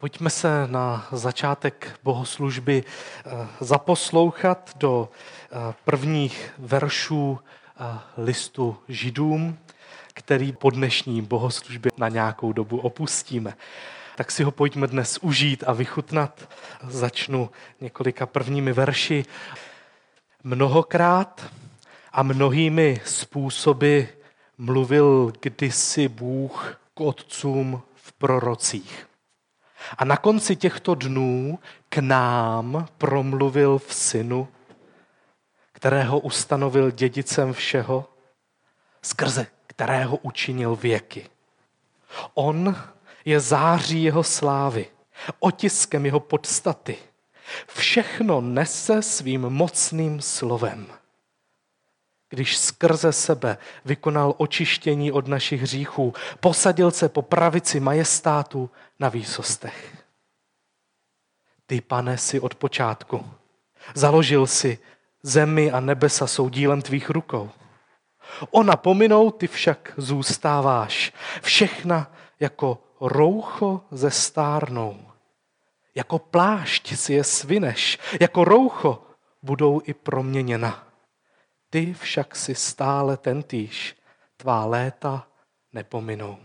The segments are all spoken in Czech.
Pojďme se na začátek bohoslužby zaposlouchat do prvních veršů listu Židům, který po dnešní bohoslužbě na nějakou dobu opustíme. Tak si ho pojďme dnes užít a vychutnat. Začnu několika prvními verši. Mnohokrát a mnohými způsoby mluvil kdysi Bůh k otcům v prorocích. A na konci těchto dnů k nám promluvil v Synu, kterého ustanovil dědicem všeho, skrze kterého učinil věky. On je září jeho slávy, otiskem jeho podstaty. Všechno nese svým mocným slovem. Když skrze sebe vykonal očištění od našich hříchů, posadil se po pravici majestátu na výsostech. Ty, Pane, si od počátku založil si zemi a nebesa jsou dílem tvých rukou. Ona pominou, ty však zůstáváš. Všechna jako roucho zestárnou. Jako plášť si je svineš, jako roucho budou i proměněna. Ty však si stále tentýž, tvá léta nepominou.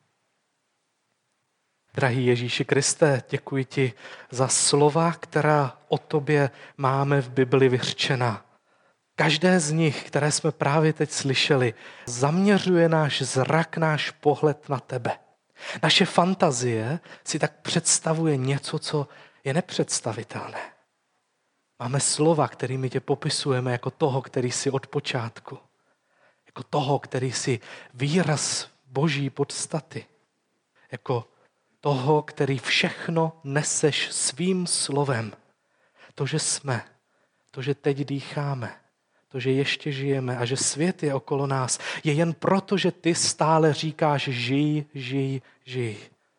Drahý Ježíši Kriste, děkuji ti za slova, která o tobě máme v Bibli vyřčena. Každé z nich, které jsme právě teď slyšeli, zaměřuje náš zrak, náš pohled na tebe. Naše fantazie si tak představuje něco, co je nepředstavitelné. Máme slova, kterými tě popisujeme jako toho, který jsi od počátku. Jako toho, který jsi výraz Boží podstaty. Jako toho, který všechno neseš svým slovem. To, že jsme, to, že teď dýcháme, to, že ještě žijeme a že svět je okolo nás, je jen proto, že ty stále říkáš žij, žij, žij.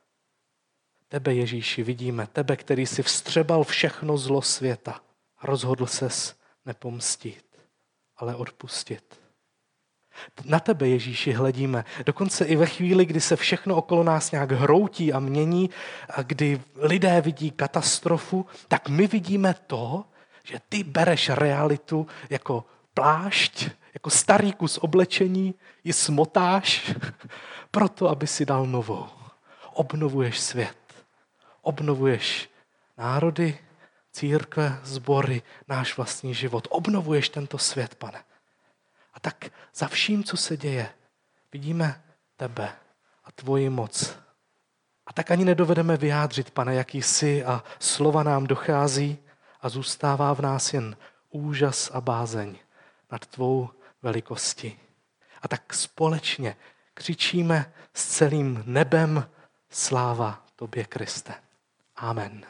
Tebe, Ježíši, vidíme, tebe, který si vstřebal všechno zlo světa. Rozhodl ses nepomstit, ale odpustit. Na tebe, Ježíši, hledíme. Dokonce i ve chvíli, kdy se všechno okolo nás nějak hroutí a mění, a kdy lidé vidí katastrofu, tak my vidíme to, že ty bereš realitu jako plášť, jako starý kus oblečení, ji smotáš proto, aby si dal novou. Obnovuješ svět, obnovuješ národy, církve, sbory, náš vlastní život. Obnovuješ tento svět, Pane. A tak za vším, co se děje, vidíme tebe a tvoji moc. A tak ani nedovedeme vyjádřit, Pane, jaký jsi a slova nám dochází a zůstává v nás jen úžas a bázeň nad tvou velikostí. A tak společně křičíme s celým nebem sláva tobě, Kriste. Amen.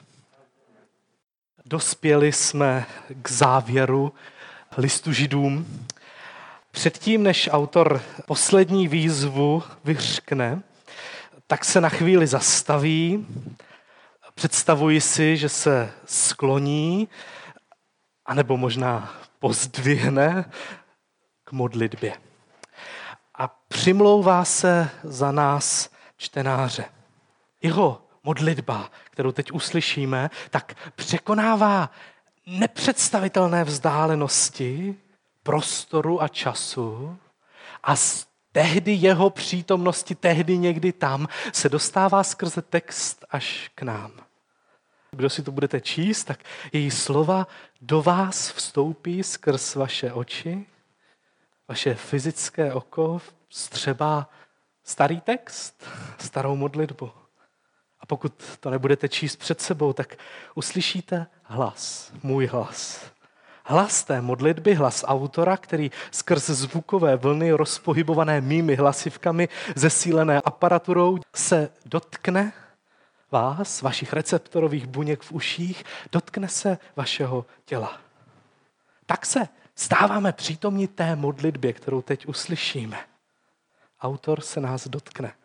Dospěli jsme k závěru listu Židům. Předtím, než autor poslední výzvu vyřkne, tak se na chvíli zastaví, představuji si, že se skloní, anebo možná pozdvihne k modlitbě. A přimlouvá se za nás čtenáře. Jeho modlitba, kterou teď uslyšíme, tak překonává nepředstavitelné vzdálenosti, prostoru a času a z tehdy jeho přítomnosti, tehdy někdy tam, se dostává skrze text až k nám. Kdo si to budete číst, tak její slova do vás vstoupí skrz vaše oči, vaše fyzické oko vstřebá starý text, starou modlitbu. A pokud to nebudete číst před sebou, tak uslyšíte hlas, můj hlas. Hlas té modlitby, hlas autora, který skrz zvukové vlny rozpohybované mými hlasivkami, zesílené aparaturou, se dotkne vás, vašich receptorových buněk v uších, dotkne se vašeho těla. Tak se stáváme přítomní té modlitbě, kterou teď uslyšíme. Autor se nás dotkne.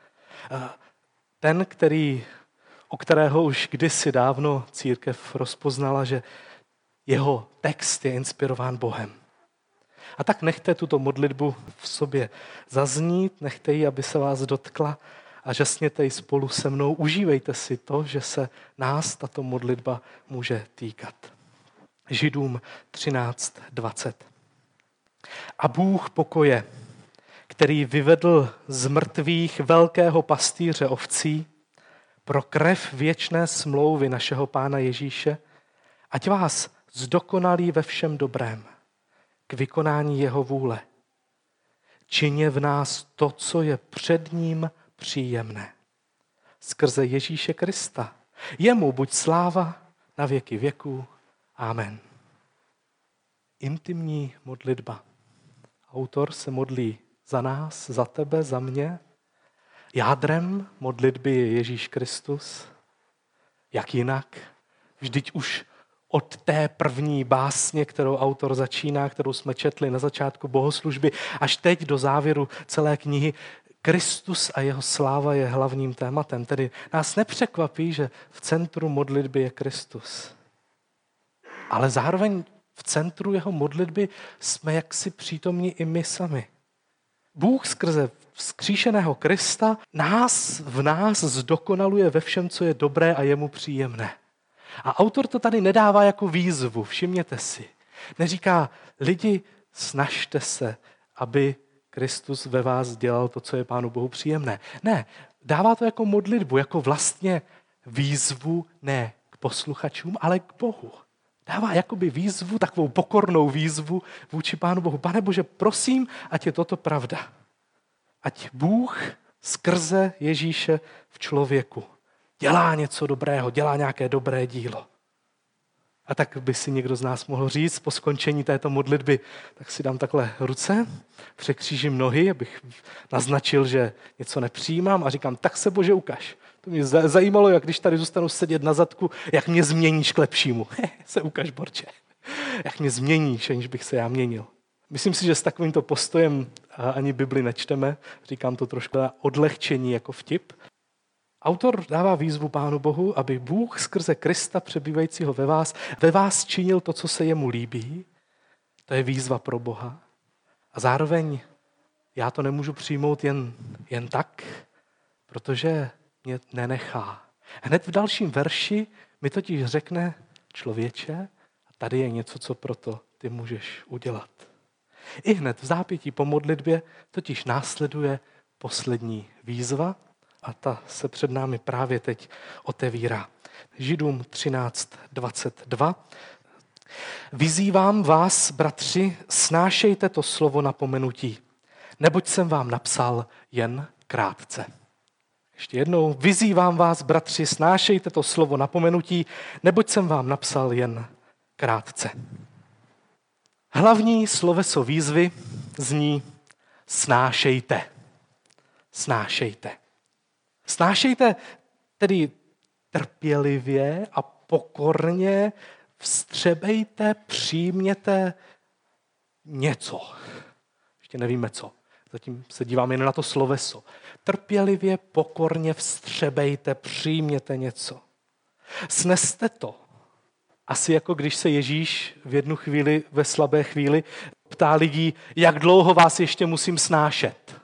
Ten, o kterého už kdysi dávno církev rozpoznala, že jeho text je inspirován Bohem. A tak nechte tuto modlitbu v sobě zaznít, nechte ji, aby se vás dotkla a žasněte i spolu se mnou. Užívejte si to, že se nás tato modlitba může týkat. Židům 13:20. A Bůh pokoje, který vyvedl z mrtvých velkého pastýře ovcí pro krev věčné smlouvy našeho Pána Ježíše, ať vás zdokonalí ve všem dobrém, k vykonání jeho vůle. Čině v nás to, co je před ním příjemné. Skrze Ježíše Krista. Jemu buď sláva na věky věků. Amen. Intimní modlitba. Autor se modlí za nás, za tebe, za mě. Jádrem modlitby je Ježíš Kristus. Jak jinak? Vždyť už od té první básně, kterou autor začíná, kterou jsme četli na začátku bohoslužby, až teď do závěru celé knihy, Kristus a jeho sláva je hlavním tématem. Tedy nás nepřekvapí, že v centru modlitby je Kristus. Ale zároveň v centru jeho modlitby jsme jaksi přítomní i my sami. Bůh skrze vzkříšeného Krista v nás zdokonaluje ve všem, co je dobré a jemu příjemné. A autor to tady nedává jako výzvu, všimněte si. Neříká, lidi, snažte se, aby Kristus ve vás dělal to, co je Pánu Bohu příjemné. Ne, dává to jako modlitbu, jako vlastně výzvu ne k posluchačům, ale k Bohu. Dává jakoby výzvu, takovou pokornou výzvu vůči Pánu Bohu. Pane Bože, prosím, ať je toto pravda. Ať Bůh skrze Ježíše v člověku dělá něco dobrého, dělá nějaké dobré dílo. A tak by si někdo z nás mohl říct po skončení této modlitby, tak si dám takhle ruce, překřížím nohy, abych naznačil, že něco nepřijímám a říkám, tak se Bože ukaž. To mě zajímalo, jak když tady zůstanu sedět na zadku, jak mě změníš k lepšímu. Se ukaž, Borče. Jak mě změníš, aniž bych se já měnil. Myslím si, že s takovýmto postojem ani Bibli nečteme. Říkám to trošku na odlehčení jako vtip. Autor dává výzvu Pánu Bohu, aby Bůh skrze Krista přebývajícího ve vás činil to, co se jemu líbí. To je výzva pro Boha. A zároveň já to nemůžu přijmout jen tak, protože mě nenechá. Hned v dalším verši mi totiž řekne člověče, a tady je něco, co proto ty můžeš udělat. I hned v zápětí po modlitbě totiž následuje poslední výzva a ta se před námi právě teď otevírá. Židům 13:22. Vyzývám vás, bratři, snášejte to slovo napomenutí, neboť jsem vám napsal jen krátce. Ještě jednou, vyzývám vás, bratři, snášejte to slovo napomenutí, neboť jsem vám napsal jen krátce. Hlavní sloveso výzvy zní snášejte. Snášejte. Snášejte tedy trpělivě a pokorně, vstřebejte, přijměte něco. Ještě nevíme co. Zatím se díváme jen na to sloveso. Trpělivě, pokorně vstřebejte, přijměte něco. Sneste to. Asi jako když se Ježíš v jednu chvíli, ve slabé chvíli, ptá lidí, jak dlouho vás ještě musím snášet.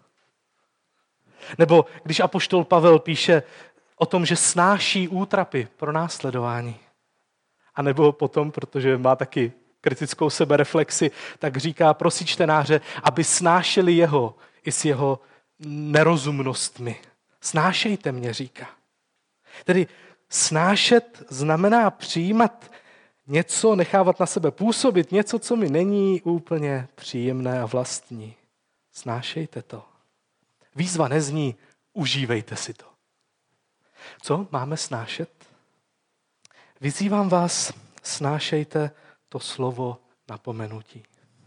Nebo když apoštol Pavel píše o tom, že snáší útrapy pro následování. A nebo potom, protože má taky kritickou sebereflexi, tak říká, prosí čtenáře, aby snášeli jeho i s jeho nerozumnostmi. Snášejte mě, říká. Tedy snášet znamená přijímat něco, nechávat na sebe působit, něco, co mi není úplně příjemné a vlastní. Snášejte to. Výzva nezní, užívejte si to. Co máme snášet? Vyzývám vás, snášejte to slovo napomenutí.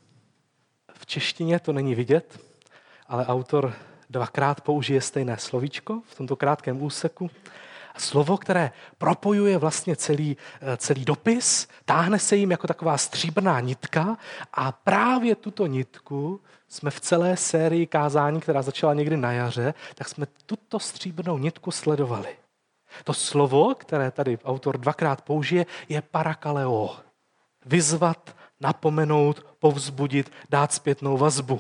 V češtině to není vidět, ale autor dvakrát použije stejné slovíčko v tomto krátkém úseku. Slovo, které propojuje vlastně celý dopis, táhne se jim jako taková stříbrná nitka a právě tuto nitku jsme v celé sérii kázání, která začala někdy na jaře, tak jsme tuto stříbrnou nitku sledovali. To slovo, které tady autor dvakrát použije, je parakaleo. Vyzvat, napomenout, povzbudit, dát zpětnou vazbu.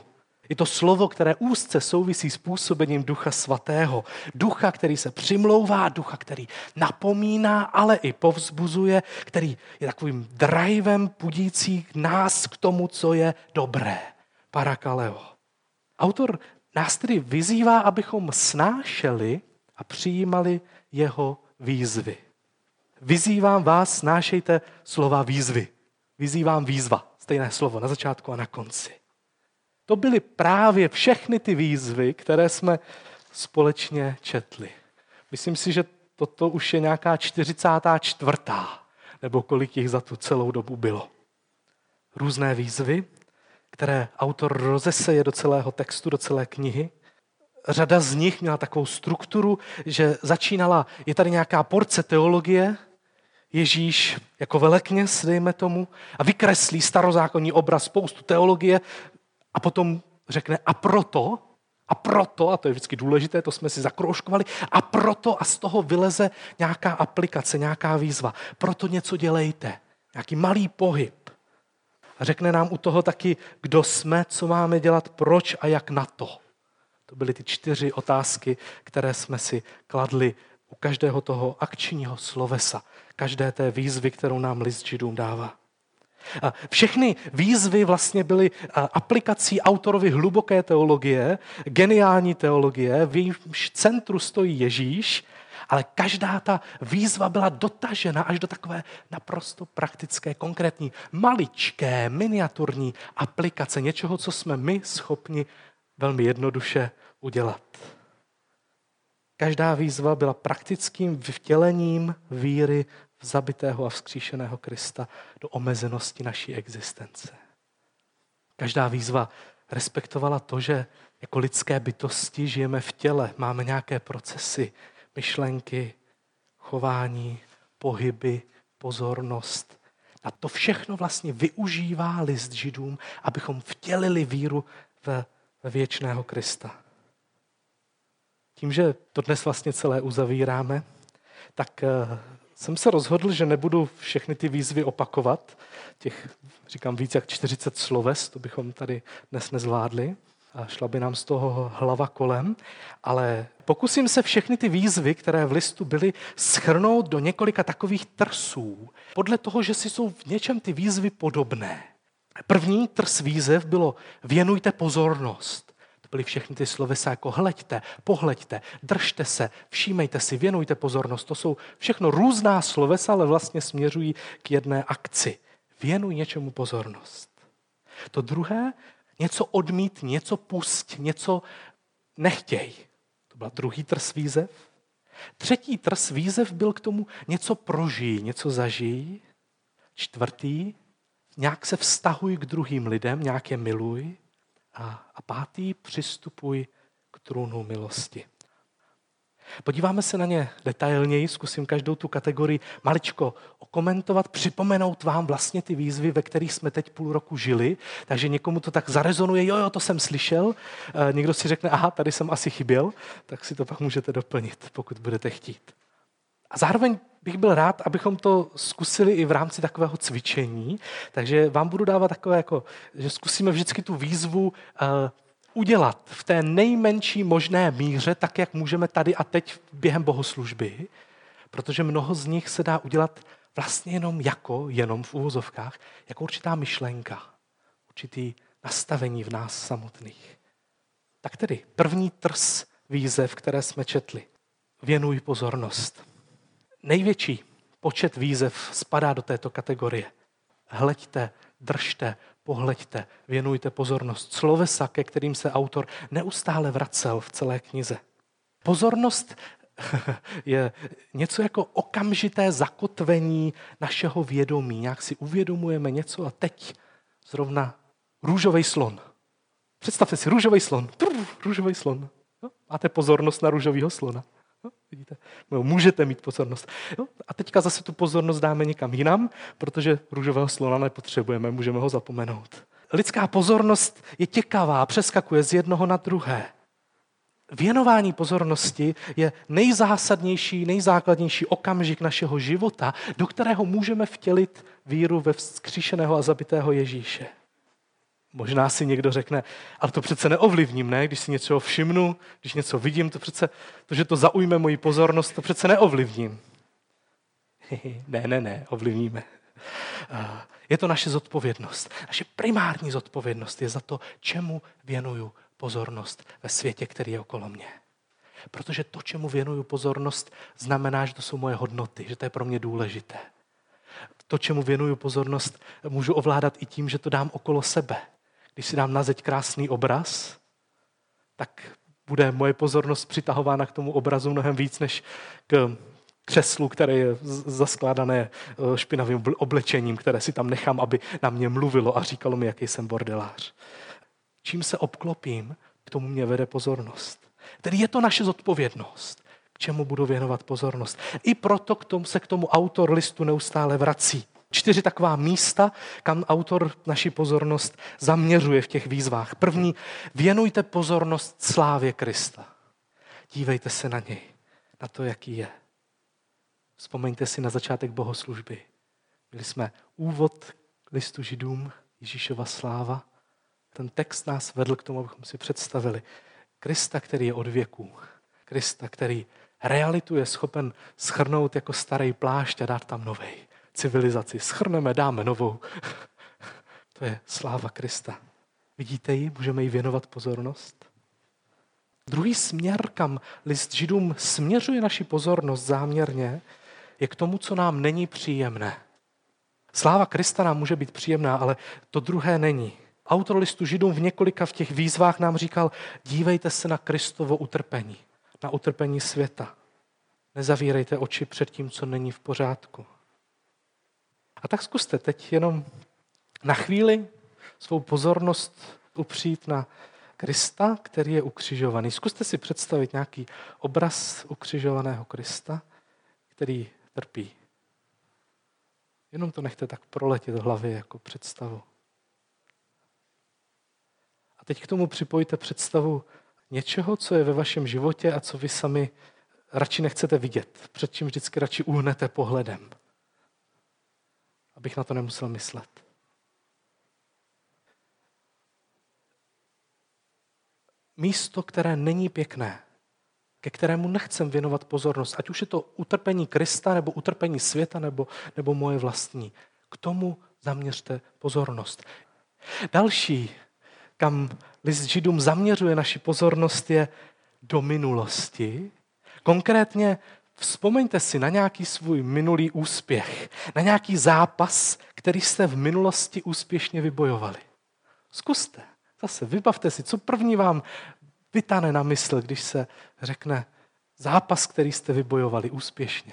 Je to slovo, které úzce souvisí s působením Ducha Svatého. Ducha, který se přimlouvá, ducha, který napomíná, ale i povzbuzuje, který je takovým drivem pudící nás k tomu, co je dobré. Parakaleo. Autor nás tedy vyzývá, abychom snášeli a přijímali jeho výzvy. Vyzývám vás, snášejte slova výzvy. Vyzývám výzva, stejné slovo na začátku a na konci. To byly právě všechny ty výzvy, které jsme společně četli. Myslím si, že toto už je nějaká 44. nebo kolik jich za tu celou dobu bylo. Různé výzvy, které autor rozeseje do celého textu, do celé knihy. Řada z nich měla takovou strukturu, že začínala, je tady nějaká porce teologie, Ježíš jako velekněz, dejme tomu, a vykreslí starozákonní obraz, spoustu teologie a potom řekne a proto, a to je vždycky důležité, to jsme si zakroužkovali, a z toho vyleze nějaká aplikace, nějaká výzva. Proto něco dělejte, nějaký malý pohyb. A řekne nám u toho taky, kdo jsme, co máme dělat, proč a jak na to. To byly ty 4 otázky, které jsme si kladli u každého toho akčního slovesa, každé té výzvy, kterou nám list Židům dává. A všechny výzvy vlastně byly aplikací autorovi hluboké teologie, geniální teologie, v jejímž centru stojí Ježíš, ale každá ta výzva byla dotažena až do takové naprosto praktické, konkrétní, maličké, miniaturní aplikace něčeho, co jsme my schopni velmi jednoduše udělat. Každá výzva byla praktickým vtělením víry v zabitého a vzkříšeného Krista do omezenosti naší existence. Každá výzva respektovala to, že jako lidské bytosti žijeme v těle, máme nějaké procesy, myšlenky, chování, pohyby, pozornost. A to všechno vlastně využívá list Židům, abychom vtělili víru ve věčného Krista. Tím, že to dnes vlastně celé uzavíráme, tak jsem se rozhodl, že nebudu všechny ty výzvy opakovat. Říkám, víc jak 40 sloves, to bychom tady dnes nezvládli. A šla by nám z toho hlava kolem, ale pokusím se všechny ty výzvy, které v listu byly, shrnout do několika takových trsů, podle toho, že si jsou v něčem ty výzvy podobné. První trs výzev bylo věnujte pozornost. To byly všechny ty slovesa jako hleďte, pohleďte, držte se, všímejte si, věnujte pozornost. To jsou všechno různá slovesa, ale vlastně směřují k jedné akci. Věnuj něčemu pozornost. To druhé, něco odmít, něco pusť, něco nechtěj. To byl druhý trs výzev. Třetí trs výzev byl k tomu něco prožij, něco zažij. Čtvrtý, nějak se vztahuj k druhým lidem, nějak je miluj. A pátý, přistupuj k trůnu milosti. Podíváme se na ně detailněji, zkusím každou tu kategorii maličko okomentovat, připomenout vám vlastně ty výzvy, ve kterých jsme teď půl roku žili, takže někomu to tak zarezonuje, jo, to jsem slyšel, někdo si řekne, aha, tady jsem asi chyběl, tak si to pak můžete doplnit, pokud budete chtít. A zároveň bych byl rád, abychom to zkusili i v rámci takového cvičení, takže vám budu dávat takové, že zkusíme vždycky tu výzvu udělat v té nejmenší možné míře, tak jak můžeme tady a teď během bohoslužby, protože mnoho z nich se dá udělat vlastně jenom v uvozovkách, jako určitá myšlenka, určitý nastavení v nás samotných. Tak tedy první trs výzev, které jsme četli. Věnuj pozornost. Největší počet výzev spadá do této kategorie. Hleďte, držte, pohleďte, věnujte pozornost. Slovesa, ke kterým se autor neustále vracel v celé knize. Pozornost je něco jako okamžité zakotvení našeho vědomí. Nějak si uvědomujeme něco a teď zrovna růžový slon. Představte si, růžový slon. Růžový slon. No, máte pozornost na růžovýho slona. No, vidíte? No, můžete mít pozornost. No, a teďka zase tu pozornost dáme někam jinam, protože růžového slona nepotřebujeme, můžeme ho zapomenout. Lidská pozornost je těkavá, přeskakuje z jednoho na druhé. Věnování pozornosti je nejzásadnější, nejzákladnější okamžik našeho života, do kterého můžeme vtělit víru ve vzkříšeného a zabitého Ježíše. Možná si někdo řekne, ale to přece neovlivním, ne? Když si něco všimnu, když něco vidím, to, že to zaujme moji pozornost, to přece neovlivním. Ne, ovlivníme. Je to naše zodpovědnost. Naše primární zodpovědnost je za to, čemu věnuju pozornost ve světě, který je okolo mě. Protože to, čemu věnuju pozornost, znamená, že to jsou moje hodnoty, že to je pro mě důležité. To, čemu věnuju pozornost, můžu ovládat i tím, že to dám okolo sebe. Když si dám na zeď krásný obraz, tak bude moje pozornost přitahována k tomu obrazu mnohem víc, než k křeslu, které je zaskládané špinavým oblečením, které si tam nechám, aby na mě mluvilo a říkalo mi, jaký jsem bordelář. Čím se obklopím, k tomu mě vede pozornost. Tedy je to naše zodpovědnost, k čemu budu věnovat pozornost. I proto se k tomu autor listu neustále vrací. 4 taková místa, kam autor naši pozornost zaměřuje v těch výzvách. První, věnujte pozornost slávě Krista. Dívejte se na něj, na to, jaký je. Vzpomeňte si na začátek bohoslužby. Měli jsme úvod k listu Židům, Ježíšova sláva. Ten text nás vedl k tomu, abychom si představili Krista, který je od věků. Krista, který realitu je schopen shrnout jako starý plášť a dát tam novej. Civilizaci shrneme, dáme novou. To je sláva Krista. Vidíte ji? Můžeme jí věnovat pozornost? Druhý směr, kam list Židům směřuje naši pozornost záměrně, je k tomu, co nám není příjemné. Sláva Krista nám může být příjemná, ale to druhé není. Autor listu Židům v několika v těch výzvách nám říkal, dívejte se na Kristovo utrpení, na utrpení světa. Nezavírejte oči před tím, co není v pořádku. A tak zkuste teď jenom na chvíli svou pozornost upřít na Krista, který je ukřižovaný. Zkuste si představit nějaký obraz ukřižovaného Krista, který trpí. Jenom to nechte tak proletět v hlavě jako představu. A teď k tomu připojte představu něčeho, co je ve vašem životě a co vy sami radši nechcete vidět. Před čím vždycky radši uhnete pohledem. Abych na to nemusel myslet. Místo, které není pěkné, ke kterému nechcem věnovat pozornost, ať už je to utrpení Krista, nebo utrpení světa, nebo moje vlastní. K tomu zaměřte pozornost. Další, kam list Židům zaměřuje naši pozornost, je do minulosti. Konkrétně vzpomeňte si na nějaký svůj minulý úspěch, na nějaký zápas, který jste v minulosti úspěšně vybojovali. Zkuste. Zase vybavte si, co první vám vytane na mysl, když se řekne zápas, který jste vybojovali úspěšně.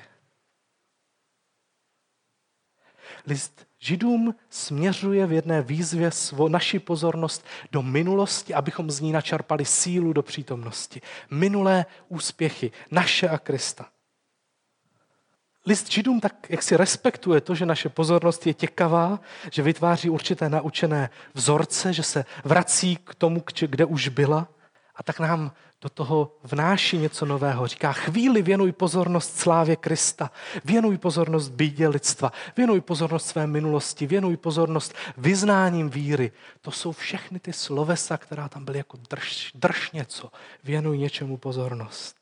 List Židům směřuje v jedné výzvě naši pozornost do minulosti, abychom z ní načerpali sílu do přítomnosti. Minulé úspěchy, naše a Krista. List Židům tak jak si respektuje to, že naše pozornost je těkavá, že vytváří určité naučené vzorce, že se vrací k tomu, kde už byla, a tak nám do toho vnáší něco nového. Říká, chvíli věnuj pozornost slávě Krista, věnuj pozornost bídě lidstva, věnuj pozornost své minulosti, věnuj pozornost vyznáním víry. To jsou všechny ty slovesa, která tam byly jako drž něco, věnuj něčemu pozornost.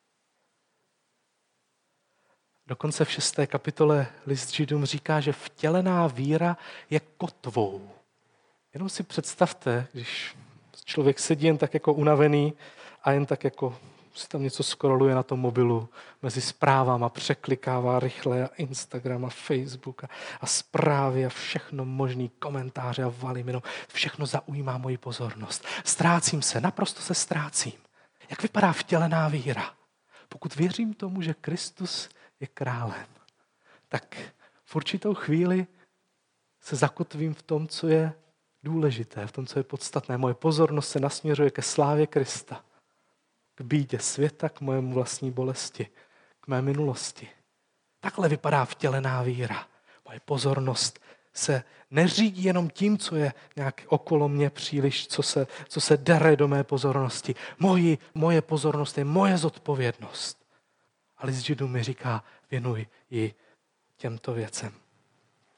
Dokonce v 6. kapitole list Židům říká, že vtělená víra je kotvou. Jenom si představte, když člověk sedí jen tak jako unavený a jen tak jako si tam něco scrolluje na tom mobilu mezi zprávama, překlikává rychle a Instagram a Facebook a zprávy a všechno možný komentáře a valím, jenom všechno zaujímá moji pozornost. Ztrácím se, naprosto se ztrácím. Jak vypadá vtělená víra? Pokud věřím tomu, že Kristus je králem, tak v určitou chvíli se zakotvím v tom, co je důležité, v tom, co je podstatné. Moje pozornost se nasměřuje ke slávě Krista, k bídě světa, k mojemu vlastní bolesti, k mé minulosti. Takhle vypadá vtělená víra. Moje pozornost se neřídí jenom tím, co je nějak okolo mě příliš, co se dere do mé pozornosti. Moje pozornost je moje zodpovědnost. A list Židům mi říká, věnuj ji těmto věcem.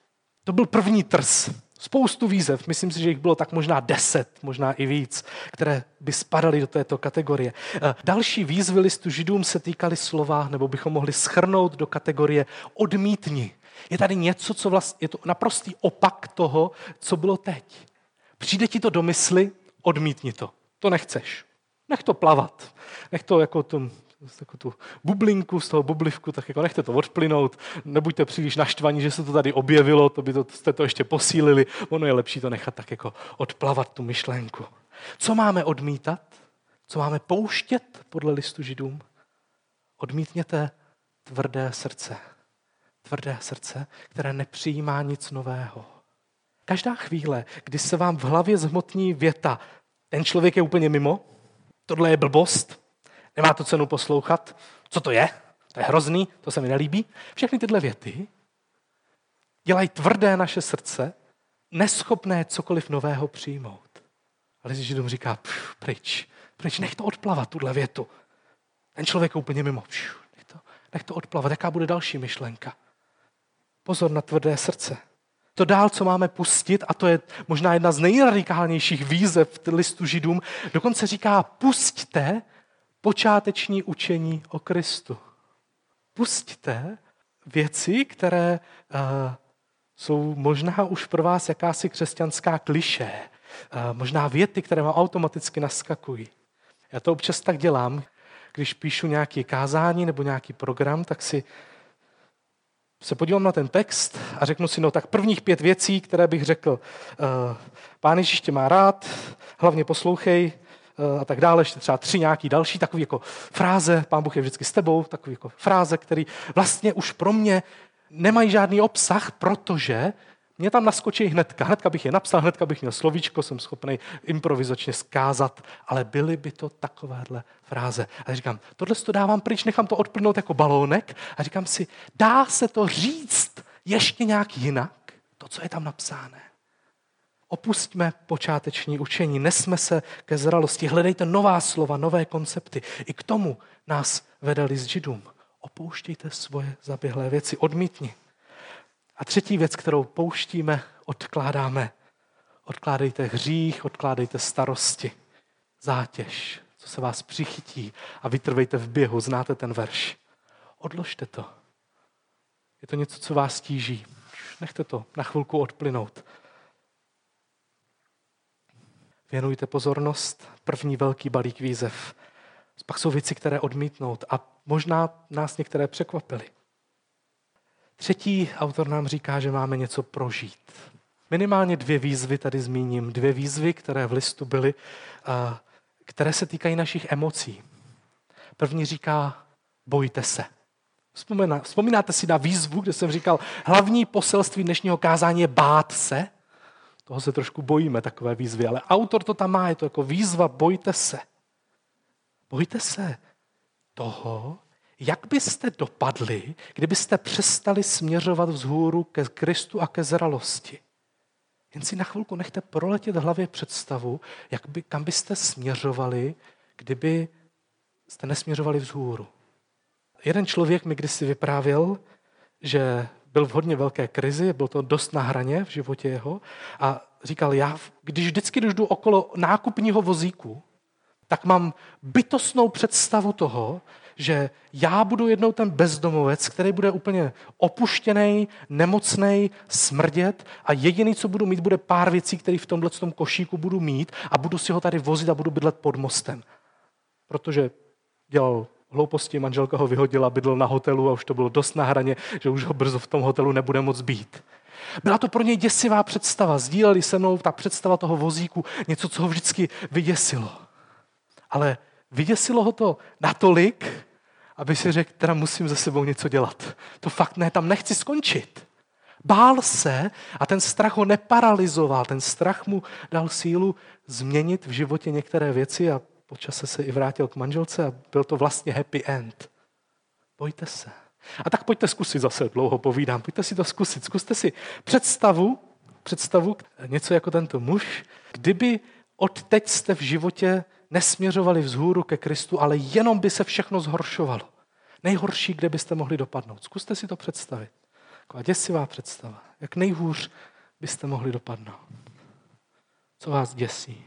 To byl první trs. Spoustu výzev, myslím si, že jich bylo tak možná 10, možná i víc, které by spadaly do této kategorie. Další výzvy listu Židům se týkaly slova, nebo bychom mohli shrnout do kategorie odmítni. Je tady něco, co vlastně je to naprostý opak toho, co bylo teď. Přijde ti to do mysli, odmítni to. To nechceš. Nech to plavat. Nech to jako tu bublinku z toho bublivku, tak jako nechte to odplynout. Nebuďte příliš naštvaní, že se to tady objevilo, jste to ještě posílili. Ono je lepší to nechat tak jako odplavat tu myšlenku. Co máme odmítat? Co máme pouštět podle listu Židům? Odmítněte tvrdé srdce. Tvrdé srdce, které nepřijímá nic nového. Každá chvíle, kdy se vám v hlavě zhmotní věta, ten člověk je úplně mimo, tohle je blbost, nemá to cenu poslouchat, co to je? To je hrozný, to se mi nelíbí. Všechny tyhle věty dělají tvrdé naše srdce, neschopné cokoliv nového přijmout. Ale Židům říká, pryč, nech to odplavat, tuhle větu. Ten člověk je úplně mimo, nech to odplavat. Jaká bude další myšlenka? Pozor na tvrdé srdce. To dál, co máme pustit, a to je možná jedna z nejradikálnějších výzev listu Židům, dokonce říká, pusťte počáteční učení o Kristu. Pusťte věci, které jsou možná už pro vás jakási křesťanská klišé, možná věty, které vám automaticky naskakují. Já to občas tak dělám, když píšu nějaké kázání nebo nějaký program, tak si se podívám na ten text a řeknu si, no tak prvních 5 věcí, které bych řekl, Pán Ježíš tě má rád, hlavně poslouchej a tak dále, ještě třeba 3 nějaký další, takový jako fráze, Pán Bůh je vždycky s tebou, takový jako fráze, který vlastně už pro mě nemají žádný obsah, protože mě tam naskočí hnedka bych je napsal, hnedka bych měl slovíčko, jsem schopný improvizačně zkázat, ale byly by to takovéhle fráze. A říkám, tohle to dávám pryč, nechám to odplynout jako balónek a říkám si, dá se to říct ještě nějak jinak, to, co je tam napsáno. Opustíme počáteční učení, nesme se ke zralosti, hledejte nová slova, nové koncepty. I k tomu nás vede list Židům. Opouštějte svoje zaběhlé věci, odmítni. A třetí věc, kterou pouštíme, odkládáme. Odkládejte hřích, odkládejte starosti, zátěž, co se vás přichytí a vytrvejte v běhu. Znáte ten verš. Odložte to. Je to něco, co vás tíží. Nechte to na chvilku odplynout. Věnujte pozornost, první velký balík výzev. Pak jsou věci, které odmítnout a možná nás některé překvapily. Třetí autor nám říká, že máme něco prožít. Minimálně 2 výzvy tady zmíním. 2 výzvy, které v listu byly, které se týkají našich emocí. První říká, bojte se. Vzpomínáte si na výzvu, kde jsem říkal, hlavní poselství dnešního kázání je bát se? Toho se trošku bojíme, takové výzvy, ale autor to tam má, je to jako výzva, bojte se. Bojte se toho, jak byste dopadli, kdybyste přestali směřovat vzhůru ke Kristu a ke zralosti. Jen si na chvilku nechte proletět v hlavě představu, kam byste směřovali, kdyby jste nesměřovali vzhůru. Jeden člověk mi kdysi vyprávěl, že byl v hodně velké krizi, byl to dost na hraně v životě jeho a říkal, já když vždycky jdu okolo nákupního vozíku, tak mám bytostnou představu toho, že já budu jednou ten bezdomovec, který bude úplně opuštěný, nemocnej, smrdět a jediný, co budu mít, bude pár věcí, které v tomhletom košíku budu mít a budu si ho tady vozit a budu bydlet pod mostem. Protože dělal hlouposti, manželka ho vyhodila, bydlel na hotelu a už to bylo dost na hraně, že už ho brzo v tom hotelu nebude moc být. Byla to pro něj děsivá představa. Sdíleli se mnou ta představa toho vozíku, něco, co ho vždycky vyděsilo. Ale vyděsilo ho to natolik, aby si řekl, teda musím se sebou něco dělat. To fakt ne, tam nechci skončit. Bál se a ten strach ho neparalizoval. Ten strach mu dal sílu změnit v životě některé věci a po čase se i vrátil k manželce a byl to vlastně happy end. Bojte se. A tak pojďte zkusit zase, dlouho povídám, pojďte si to zkusit. Zkuste si představu něco jako tento muž, kdyby odteď jste v životě nesměřovali vzhůru ke Kristu, ale jenom by se všechno zhoršovalo. Nejhorší, kde byste mohli dopadnout. Zkuste si to představit. Taková děsivá představa. Jak nejhůř byste mohli dopadnout. Co vás děsí?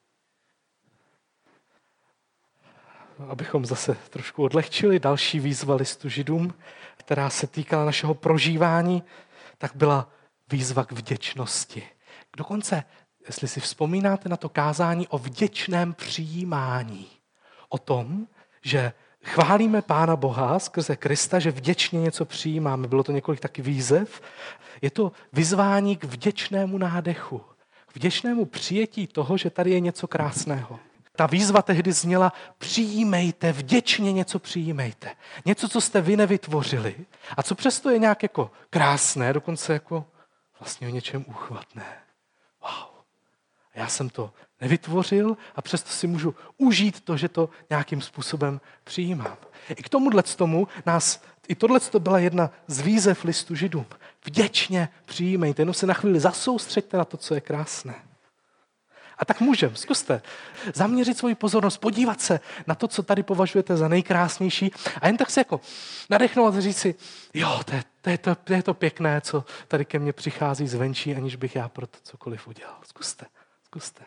Abychom zase trošku odlehčili, další výzva listu Židům, která se týkala našeho prožívání, tak byla výzva k vděčnosti. Dokonce, jestli si vzpomínáte na to kázání o vděčném přijímání, o tom, že chválíme Pána Boha skrze Krista, že vděčně něco přijímáme. Bylo to několik taky výzev. Je to vyzvání k vděčnému nádechu, k vděčnému přijetí toho, že tady je něco krásného. Ta výzva tehdy zněla: přijímejte, vděčně něco přijímejte. Něco, co jste vy nevytvořili a co přesto je nějak jako krásné, dokonce jako vlastně o něčem úchvatné. Wow. A já jsem to nevytvořil a přesto si můžu užít to, že to nějakým způsobem přijímám. I k tomu i tohleto byla jedna z výzev listu Židům. Vděčně přijímejte, jenom se na chvíli zasoustřeďte na to, co je krásné. A tak zkuste zaměřit svoji pozornost, podívat se na to, co tady považujete za nejkrásnější a jen tak se jako nadechnout a říct si, jo, to je to pěkné, co tady ke mně přichází zvenčí, aniž bych já pro to cokoliv udělal. Zkuste.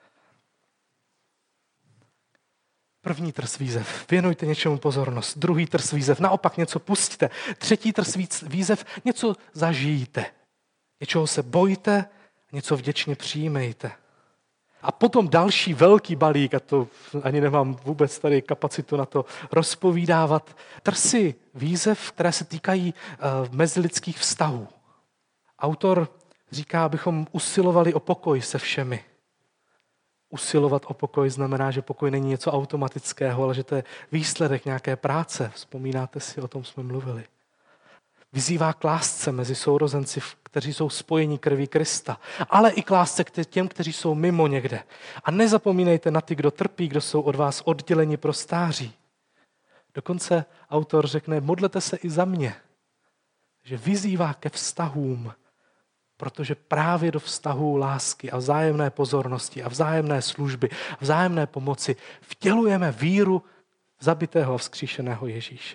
První trst výzev, věnujte něčemu pozornost. Druhý trst výzev, naopak něco pusťte. Třetí trst výzev, něco zažijte. Něčeho se bojte, něco vděčně přijímejte. A potom další velký balík, a to ani nemám vůbec tady kapacitu na to rozpovídávat, trsy výzev, které se týkají mezilidských vztahů. Autor říká, abychom usilovali o pokoj se všemi. Usilovat o pokoj znamená, že pokoj není něco automatického, ale že to je výsledek nějaké práce. Vzpomínáte si, o tom jsme mluvili. Vyzývá k lásce mezi sourozenci, kteří jsou spojeni krví Krista, ale i k lásce k těm, kteří jsou mimo někde. A nezapomínejte na ty, kdo trpí, kdo jsou od vás odděleni pro stáří. Dokonce autor řekne, modlete se i za mě, že vyzývá ke vztahům, protože právě do vztahů lásky a vzájemné pozornosti a vzájemné služby a vzájemné pomoci vtělujeme víru v zabitého a vzkříšeného Ježíše.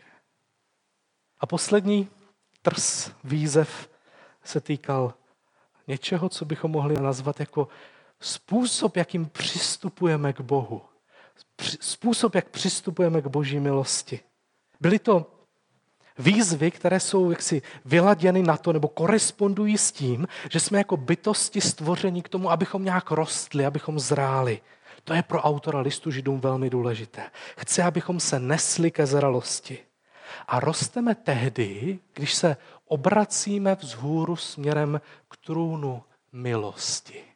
A poslední trs výzev se týkal něčeho, co bychom mohli nazvat jako způsob, jakým přistupujeme k Bohu. Způsob, jak přistupujeme k Boží milosti. Byly to výzvy, které jsou jaksi vyladěny na to, nebo korespondují s tím, že jsme jako bytosti stvoření k tomu, abychom nějak rostli, abychom zráli. To je pro autora listu Židům velmi důležité. Chce, abychom se nesli ke zralosti. A rosteme tehdy, když se obracíme vzhůru směrem k trůnu milosti.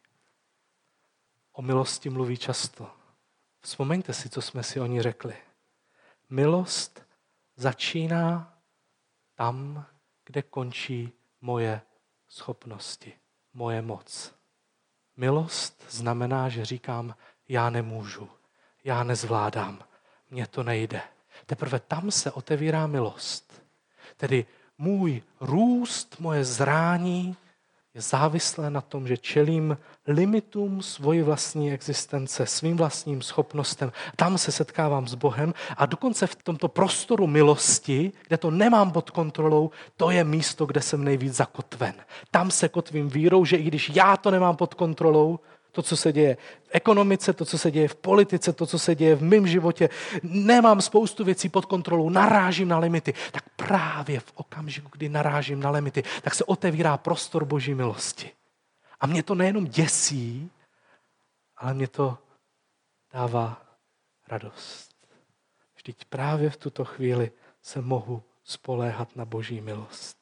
O milosti mluví často. Vzpomeňte si, co jsme si o ní řekli. Milost začíná tam, kde končí moje schopnosti, moje moc. Milost znamená, že říkám, já nemůžu, já nezvládám, mně to nejde. Teprve tam se otevírá milost. Tedy můj růst, moje zrání je závislé na tom, že čelím limitům svojí vlastní existence, svým vlastním schopnostem. Tam se setkávám s Bohem a dokonce v tomto prostoru milosti, kde to nemám pod kontrolou, to je místo, kde jsem nejvíc zakotven. Tam se kotvím vírou, že i když já to nemám pod kontrolou, to, co se děje v ekonomice, to, co se děje v politice, to, co se děje v mém životě, nemám spoustu věcí pod kontrolou, narážím na limity, tak právě v okamžiku, kdy narážím na limity, tak se otevírá prostor Boží milosti. A mě to nejenom děsí, ale mě to dává radost. Vždyť právě v tuto chvíli se mohu spoléhat na Boží milost.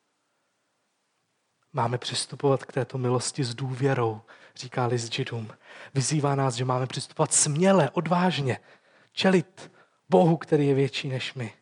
Máme přistupovat k této milosti s důvěrou, říká list Židům. Vyzývá nás, že máme přistupovat směle, odvážně, čelit Bohu, který je větší než my.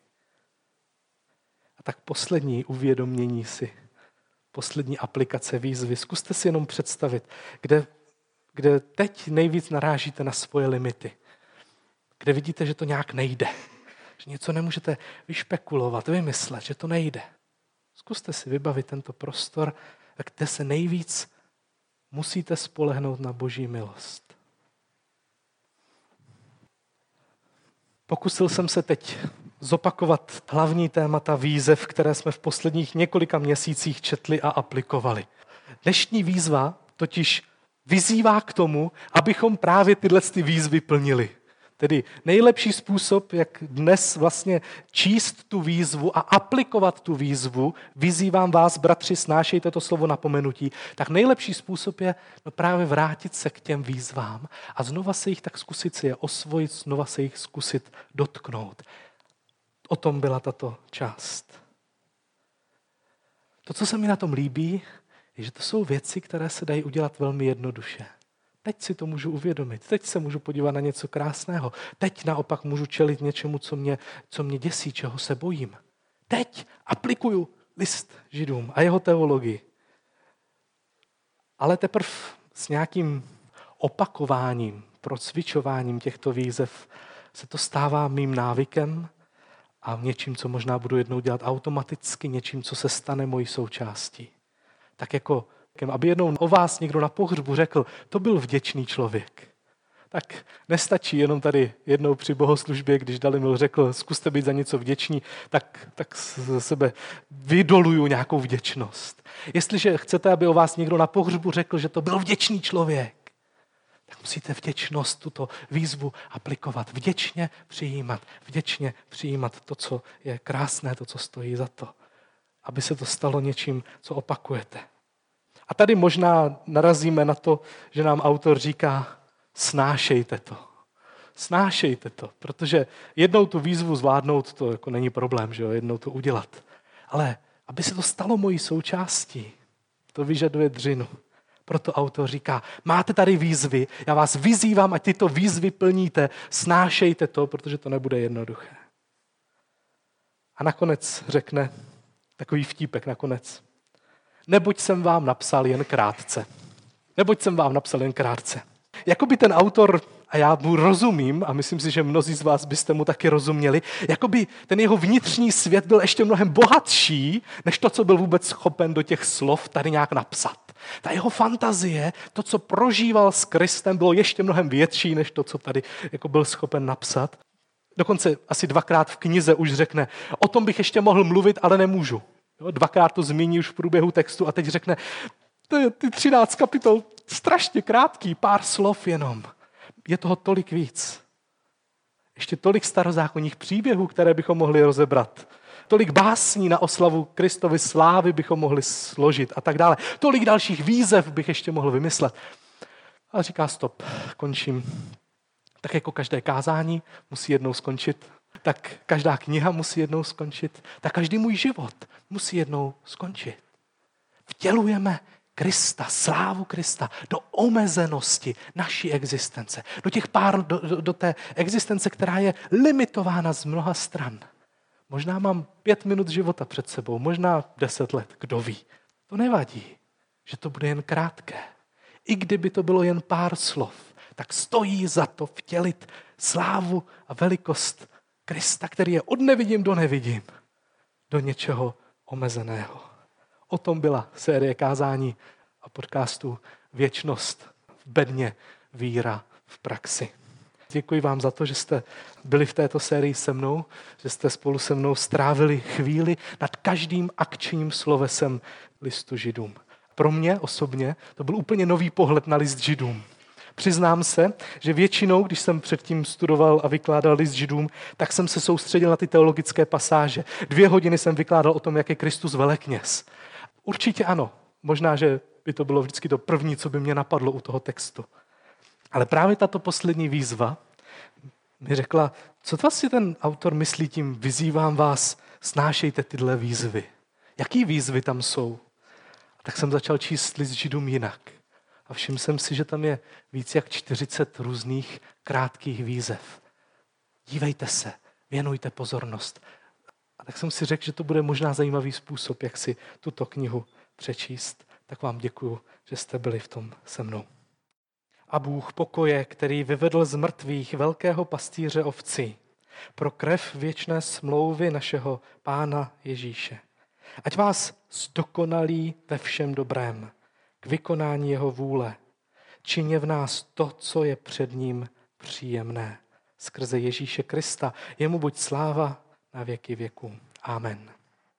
A tak poslední uvědomění si, poslední aplikace výzvy. Zkuste si jenom představit, kde teď nejvíc narážíte na svoje limity. Kde vidíte, že to nějak nejde. Že něco nemůžete vyšpekulovat, vymyslet, že to nejde. Zkuste si vybavit tento prostor, kde se nejvíc musíte spolehnout na Boží milost. Pokusil jsem se teď zopakovat hlavní témata výzev, které jsme v posledních několika měsících četli a aplikovali. Dnešní výzva totiž vyzývá k tomu, abychom právě tyhle výzvy plnili. Tedy nejlepší způsob, jak dnes vlastně číst tu výzvu a aplikovat tu výzvu, vyzývám vás, bratři, snášejte to slovo napomenutí, tak nejlepší způsob je právě vrátit se k těm výzvám a znova se jich tak zkusit si je osvojit, znova se jich zkusit dotknout. O tom byla tato část. To, co se mi na tom líbí, je, že to jsou věci, které se dají udělat velmi jednoduše. Teď si to můžu uvědomit, teď se můžu podívat na něco krásného, teď naopak můžu čelit něčemu, co mě děsí, čeho se bojím. Teď aplikuju list Židům a jeho teologii. Ale teprve s nějakým opakováním, procvičováním těchto výzev se to stává mým návykem a něčím, co možná budu jednou dělat automaticky, něčím, co se stane mojí součástí. Tak jako aby jednou o vás někdo na pohřbu řekl, to byl vděčný člověk. Tak nestačí jenom tady jednou při bohoslužbě, když Dalimil řekl, zkuste být za něco vděční, tak z sebe vydoluju nějakou vděčnost. Jestliže chcete, aby o vás někdo na pohřbu řekl, že to byl vděčný člověk, tak musíte vděčnost, tuto výzvu aplikovat. Vděčně přijímat to, co je krásné, to, co stojí za to. Aby se to stalo něčím, co opakujete. A tady možná narazíme na to, že nám autor říká, snášejte to, protože jednou tu výzvu zvládnout, to jako není problém, že jo, jednou to udělat. Ale aby se to stalo mojí součástí, to vyžaduje dřinu. Proto autor říká, máte tady výzvy, já vás vyzývám, ať tyto výzvy plníte, snášejte to, protože to nebude jednoduché. A nakonec řekne, takový vtípek nakonec, neboť jsem vám napsal jen krátce. Jakoby ten autor, a já mu rozumím, a myslím si, že mnozí z vás byste mu taky rozuměli, jakoby ten jeho vnitřní svět byl ještě mnohem bohatší, než to, co byl vůbec schopen do těch slov tady nějak napsat. Ta jeho fantazie, to, co prožíval s Kristem, bylo ještě mnohem větší, než to, co tady jako byl schopen napsat. Dokonce asi 2krát v knize už řekne, o tom bych ještě mohl mluvit, ale nemůžu. Jo, 2krát to zmíní už v průběhu textu a teď řekne, ty 13 kapitol, strašně krátký, pár slov jenom. Je toho tolik víc. Ještě tolik starozákonních příběhů, které bychom mohli rozebrat. Tolik básní na oslavu Kristovy slávy bychom mohli složit a tak dále. Tolik dalších výzev bych ještě mohl vymyslet. A říká stop, končím. Tak jako každé kázání musí jednou skončit, tak každá kniha musí jednou skončit, tak každý můj život musí jednou skončit. Vtělujeme Krista, slávu Krista do omezenosti naší existence. Do té existence, která je limitována z mnoha stran. Možná mám 5 minut života před sebou, možná 10 let, kdo ví. To nevadí, že to bude jen krátké. I kdyby to bylo jen pár slov, tak stojí za to vtělit slávu a velikost Krista, který je od nevidím do nevidím, do něčeho omezeného. O tom byla série kázání a podcastu Věčnost v bedně, víra v praxi. Děkuji vám za to, že jste byli v této sérii se mnou, že jste spolu se mnou strávili chvíli nad každým akčním slovesem listu Židům. Pro mě osobně to byl úplně nový pohled na list Židům. Přiznám se, že většinou, když jsem předtím studoval a vykládal list Židům, tak jsem se soustředil na ty teologické pasáže. 2 hodiny jsem vykládal o tom, jak je Kristus velekněz. Určitě ano, možná, že by to bylo vždycky to první, co by mě napadlo u toho textu. Ale právě tato poslední výzva mi řekla, co vlastně ten autor myslí tím, vyzývám vás, snášejte tyhle výzvy. Jaký výzvy tam jsou? A tak jsem začal číst list Židům jinak. A všiml jsem si, že tam je víc jak 40 různých krátkých výzev. Dívejte se, věnujte pozornost. A tak jsem si řekl, že to bude možná zajímavý způsob, jak si tuto knihu přečíst. Tak vám děkuju, že jste byli v tom se mnou. A Bůh pokoje, který vyvedl z mrtvých velkého pastýře ovcí, pro krev věčné smlouvy našeho Pána Ježíše. Ať vás zdokonalí ve všem dobrém, k vykonání jeho vůle. Čině v nás to, co je před ním příjemné. Skrze Ježíše Krista, jemu buď sláva na věky věků. Amen.